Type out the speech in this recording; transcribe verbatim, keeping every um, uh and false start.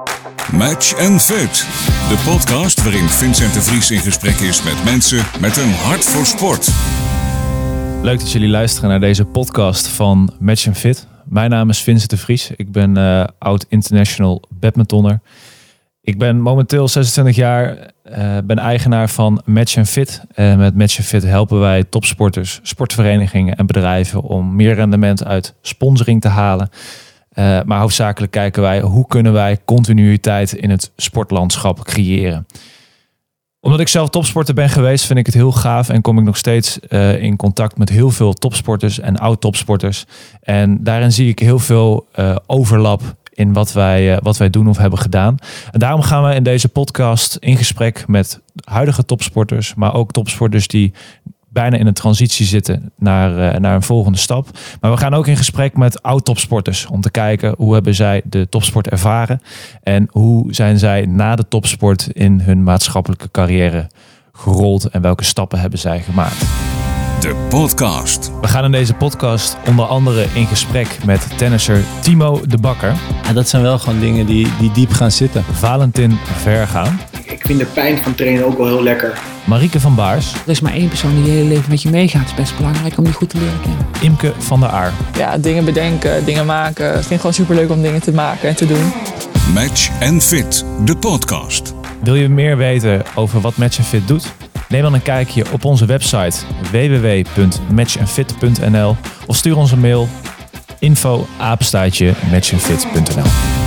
Match and Fit, de podcast waarin Vincent de Vries in gesprek is met mensen met een hart voor sport. Leuk dat jullie luisteren naar deze podcast van Match and Fit. Mijn naam is Vincent de Vries. Ik ben uh, oud-international badmintonner. Ik ben momenteel zesentwintig jaar, uh, ben eigenaar van Match and Fit. En met Match and Fit helpen wij topsporters, sportverenigingen en bedrijven om meer rendement uit sponsoring te halen. Uh, maar hoofdzakelijk kijken wij hoe kunnen wij continuïteit in het sportlandschap creëren. Omdat ik zelf topsporter ben geweest, vind ik het heel gaaf en kom ik nog steeds uh, in contact met heel veel topsporters en oud-topsporters. En daarin zie ik heel veel uh, overlap in wat wij, uh, wat wij doen of hebben gedaan. En daarom gaan we in deze podcast in gesprek met huidige topsporters, maar ook topsporters die bijna in een transitie zitten naar, uh, naar een volgende stap. Maar we gaan ook in gesprek met oud-topsporters om te kijken hoe hebben zij de topsport ervaren en hoe zijn zij na de topsport in hun maatschappelijke carrière gerold en welke stappen hebben zij gemaakt. De podcast. We gaan in deze podcast onder andere in gesprek met tennisser Timo de Bakker. Ja, dat zijn wel gewoon dingen die, die diep gaan zitten. Valentin Vergaan. Ik vind de pijn van trainen ook wel heel lekker. Marieke van Baars. Er is maar één persoon die je hele leven met je meegaat. Het is best belangrijk om die goed te leren kennen. Imke van der Aar. Ja, dingen bedenken, dingen maken. Ik vind het gewoon superleuk om dingen te maken en te doen. Match and Fit, de podcast. Wil je meer weten over wat Match and Fit doet? Neem dan een kijkje op onze website w w w punt match and fit punt n l of stuur ons een mail info apenstaartje match and fit punt n l.